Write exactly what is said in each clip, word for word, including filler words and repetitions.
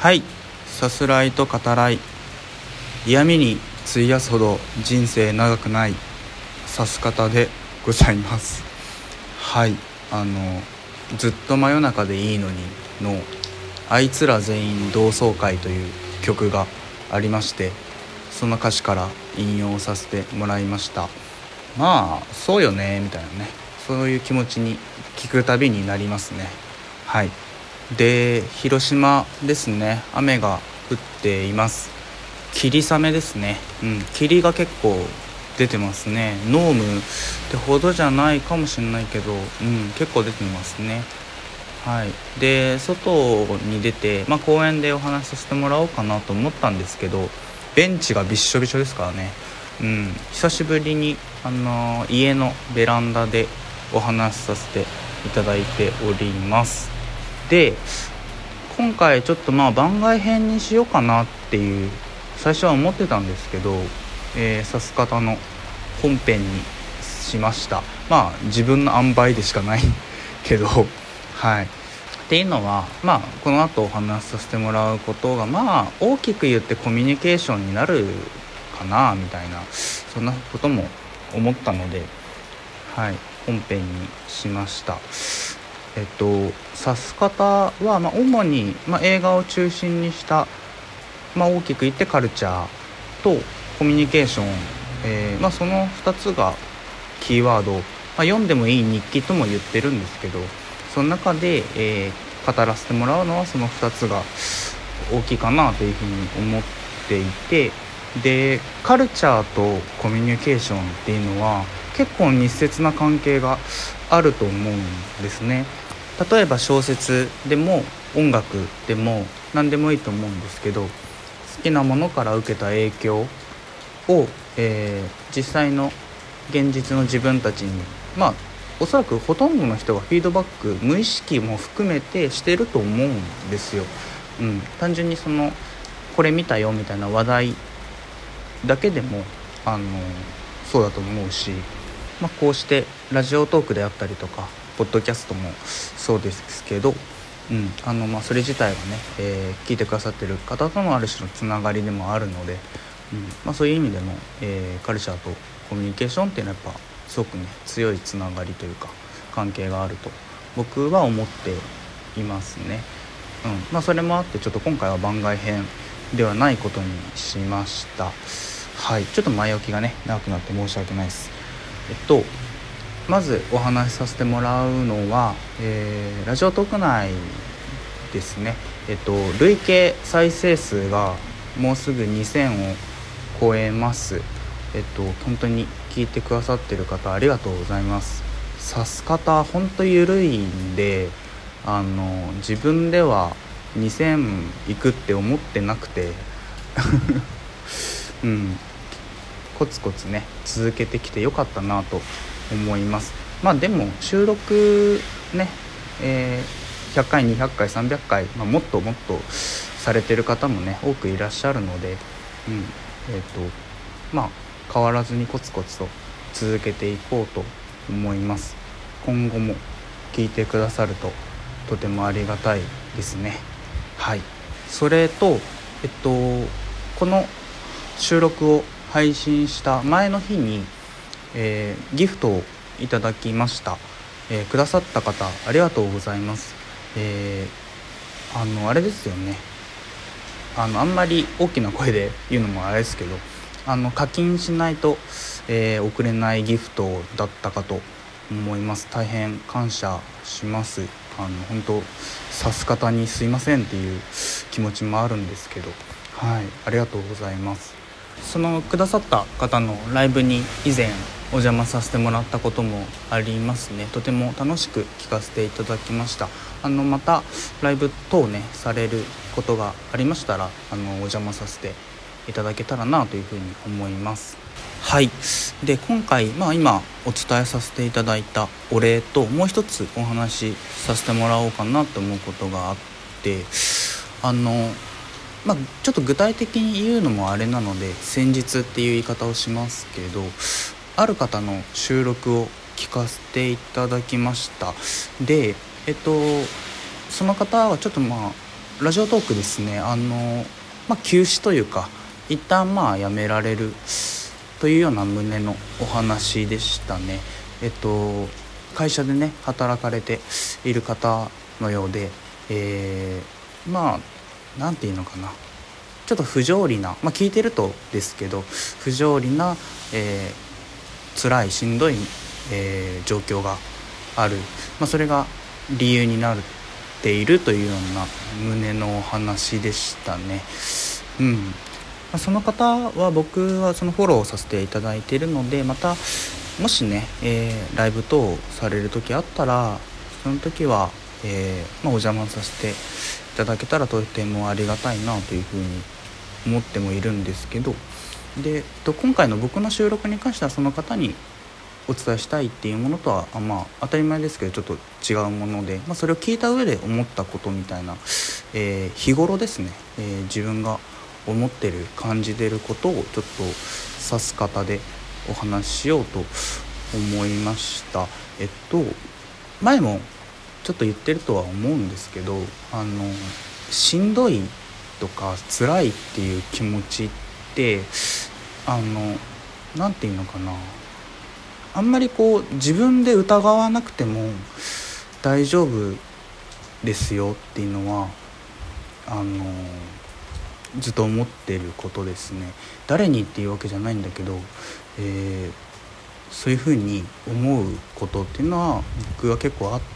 はい、さすらいと語らい、嫌味に費やすほど人生長くないさす方でございます。はい、あのずっと真夜中でいいのにのあいつら全員同窓会という曲がありまして、その歌詞から引用させてもらいました。まあそうよねみたいなね、そういう気持ちに聞くたびになりますね。はい。で、広島ですね、雨が降っています。霧雨ですね。うん、霧が結構出てますね。濃霧ってほどじゃないかもしれないけど、うん、結構出てますね。はい。で、外に出て、まあ、公園でお話しさせてもらおうかなと思ったんですけど、ベンチがびっしょびしょですからね。うん、久しぶりに、あのー、家のベランダでお話しさせていただいております。で、今回ちょっとまあ番外編にしようかなっていう最初は思ってたんですけど、えー、さす方の本編にしました。まあ自分の塩梅でしかないけど、はい。っていうのは、まあこの後お話しさせてもらうことが、まあ大きく言ってコミュニケーションになるかなみたいな、そんなことも思ったので、はい、本編にしました。えっとさす方は、まあ、主に、まあ、映画を中心にした、まあ、大きく言ってカルチャーとコミュニケーション、えーまあ、そのふたつがキーワード、まあ、読んでもいい日記とも言ってるんですけど、その中で、えー、語らせてもらうのはそのふたつが大きいかなというふうに思っていて、でカルチャーとコミュニケーションっていうのは結構密接な関係があると思うんですね。例えば小説でも音楽でも何でもいいと思うんですけど、好きなものから受けた影響を、えー、実際の現実の自分たちに、まあおそらくほとんどの人がフィードバック無意識も含めてしてると思うんですよ。うん、単純にそのこれ見たよみたいな話題だけでもあのそうだと思うし、まあ、こうしてラジオトークであったりとかポッドキャストもそうですけど、うんあのまあ、それ自体はね、えー、聞いてくださってる方とのある種のつながりでもあるので、うんまあ、そういう意味でも、えー、カルチャーとコミュニケーションっていうのはやっぱすごくね強いつながりというか関係があると僕は思っていますね。うんまあ、それもあってちょっと今回は番外編ではないことにしました。はい、ちょっと前置きがね長くなって申し訳ないです。えっとまずお話しさせてもらうのは、えー、ラジオトーク内ですね。えっと累計再生数がもうすぐにせんを超えます。えっと本当に聞いてくださってる方ありがとうございます。さす方本当ゆるいんで、あの自分ではにせんいくって思ってなくてうんコツコツね続けてきてよかったなと思います。まあでも収録ね、えー、ひゃっかいにひゃっかいさんびゃっかい、まあ、もっともっとされてる方もね多くいらっしゃるので、うんえーとまあ変わらずにコツコツと続けていこうと思います。今後も聞いてくださるととてもありがたいですね。はい。それとえっとこの収録を配信した前の日に、えー、ギフトをいただきました。えー、くださった方ありがとうございます。えー、あのあれですよね。あのあんまり大きな声で言うのもあれですけど、あの課金しないと、えー、送れないギフトだったかと思います。大変感謝します。あの本当さす方にすいませんっていう気持ちもあるんですけど、はい、ありがとうございます。そのくださった方のライブに以前お邪魔させてもらったこともありますね。とても楽しく聞かせていただきました。あのまたライブ等ねされることがありましたら、あのお邪魔させていただけたらなというふうに思います。はい。で今回、まあ、今お伝えさせていただいたお礼ともう一つお話しさせてもらおうかなと思うことがあって、あのまあ、ちょっと具体的に言うのもあれなので先日っていう言い方をしますけど、ある方の収録を聞かせていただきました。で、えっとその方はちょっとまあラジオトークですね、あの、まあ、休止というか一旦まあやめられるというような旨のお話でしたね。えっと会社でね働かれている方のようで、えー、まあなんていうのかな、ちょっと不条理な、まあ、聞いてるとですけど不条理な、えー、辛いしんどい、えー、状況がある、まあ、それが理由になっているというような旨のお話でしたね。うん、まあ、その方は僕はそのフォローさせていただいているので、またもしね、えー、ライブ等される時あったらその時は、えーまあ、お邪魔させていただけたらとてもありがたいなというふうに思ってもいるんですけど、で今回の僕の収録に関してはその方にお伝えしたいっていうものとは、まあ、当たり前ですけどちょっと違うもので、まあ、それを聞いた上で思ったことみたいな、えー、日頃ですね、えー、自分が思ってる感じてることをちょっと指す方でお話ししようと思いました。えっと前もちょっと言ってるとは思うんですけど、あのしんどいとか辛いっていう気持ちってあのなんていうのかな、あんまりこう自分で疑わなくても大丈夫ですよっていうのはあのずっと思ってることですね。誰にっていうわけじゃないんだけど、えー、そういうふうに思うことっていうのは僕は結構あって、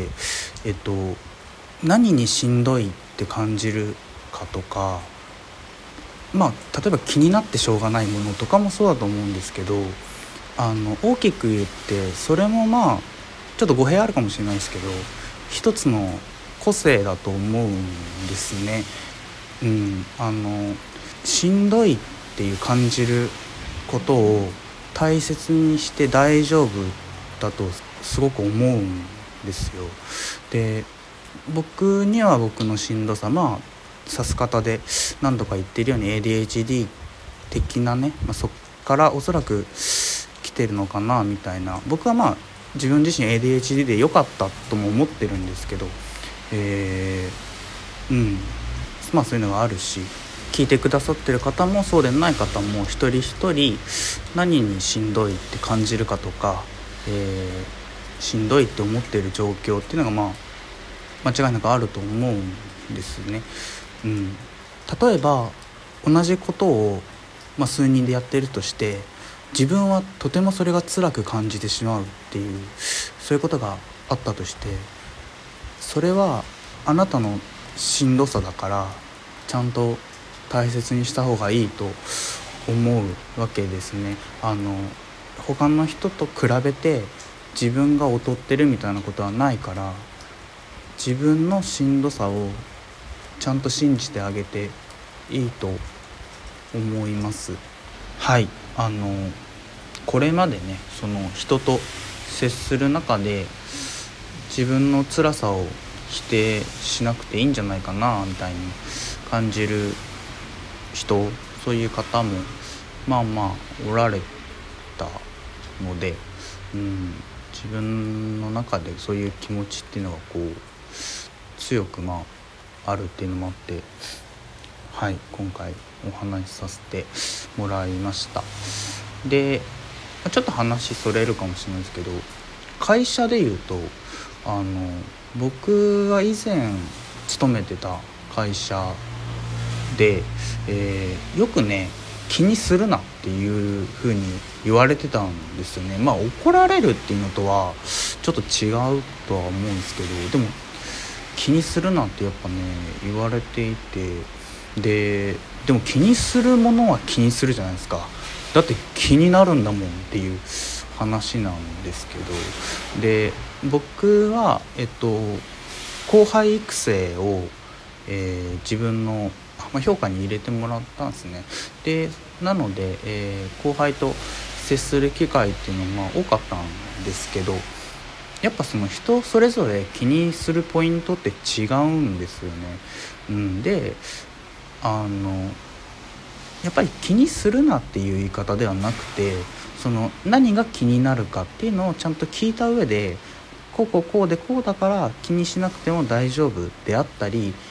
えっと何にしんどいって感じるかとか、まあ例えば気になってしょうがないものとかもそうだと思うんですけど、あの大きく言ってそれもまあちょっと語弊あるかもしれないですけど一つの個性だと思うんですね。うん、あのしんどいっていう感じることを大切にして大丈夫だとすごく思うんですよ。で僕には僕のしんどさ、まあ指す方で何度か言っているように エーディーエイチディー 的なね、まあ、そっからおそらく来てるのかなみたいな、僕はまあ自分自身 エーディーエイチディー で良かったとも思ってるんですけど、えー、うんまあそういうのがあるし、聞いてくださってる方もそうでない方も一人一人何にしんどいって感じるかとか、えー、しんどいって思ってる状況っていうのがまあ間違いなくあると思うんですね。うん、例えば同じことを、まあ、数人でやってるとして自分はとてもそれが辛く感じてしまうっていうそういうことがあったとして、それはあなたのしんどさだからちゃんと大切にした方がいいと思うわけですね。あの他の人と比べて自分が劣ってるみたいなことはないから、自分のしんどさをちゃんと信じてあげていいと思います。はい、あのこれまでねその人と接する中で自分の辛さを否定しなくていいんじゃないかなみたいに感じる人、そういう方もまあまあおられたので、うん、自分の中でそういう気持ちっていうのがこう強くまああるっていうのもあって、はい今回お話しさせてもらいました。でちょっと話それるかもしれないですけど、会社でいうとあの僕が以前勤めてた会社で、えー、よくね気にするなっていう風に言われてたんですよね。まあ怒られるっていうのとはちょっと違うとは思うんですけど、でも気にするなってやっぱね言われていて、ででも気にするものは気にするじゃないですか。だって気になるんだもんっていう話なんですけど、で僕はえっと後輩育成を、えー、自分の、まあ、評価に入れてもらったんですね。でなので、えー、後輩と接する機会っていうのもまあ多かったんですけど、やっぱその人それぞれ気にするポイントって違うんですよね。うん、であのやっぱり気にするなっていう言い方ではなくて、その何が気になるかっていうのをちゃんと聞いた上で、こうこうこうでこうだから気にしなくても大丈夫であったり、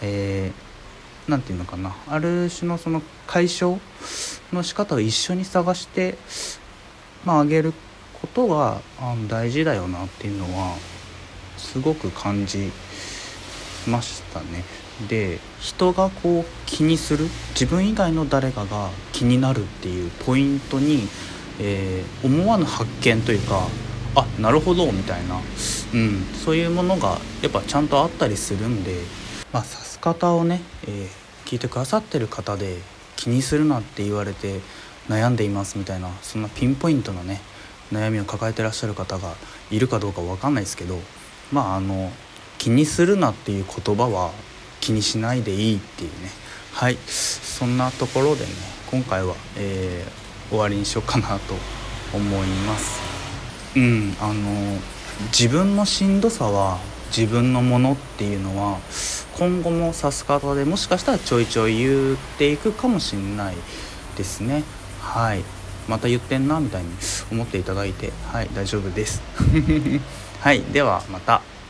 えー、なんていうのかな、ある種のその解消の仕方を一緒に探して、まあ、あげることがあの大事だよなっていうのはすごく感じましたね。で、人がこう気にする、自分以外の誰かが気になるっていうポイントに、えー、思わぬ発見というか、あ、なるほどみたいな、うん、そういうものがやっぱちゃんとあったりするんで、まあ、さす方をね、えー、聞いてくださってる方で気にするなって言われて悩んでいますみたいな、そんなピンポイントのね悩みを抱えてらっしゃる方がいるかどうか分かんないですけど、まああの気にするなっていう言葉は気にしないでいいっていうね、はい、そんなところでね今回は、えー、終わりにしようかなと思います。うん、あの自分のしんどさは自分のものっていうのは今後もさす方でもしかしたらちょいちょい言っていくかもしれないですね。はい、また言ってんなみたいに思っていただいて、はい、大丈夫ですはい、ではまた。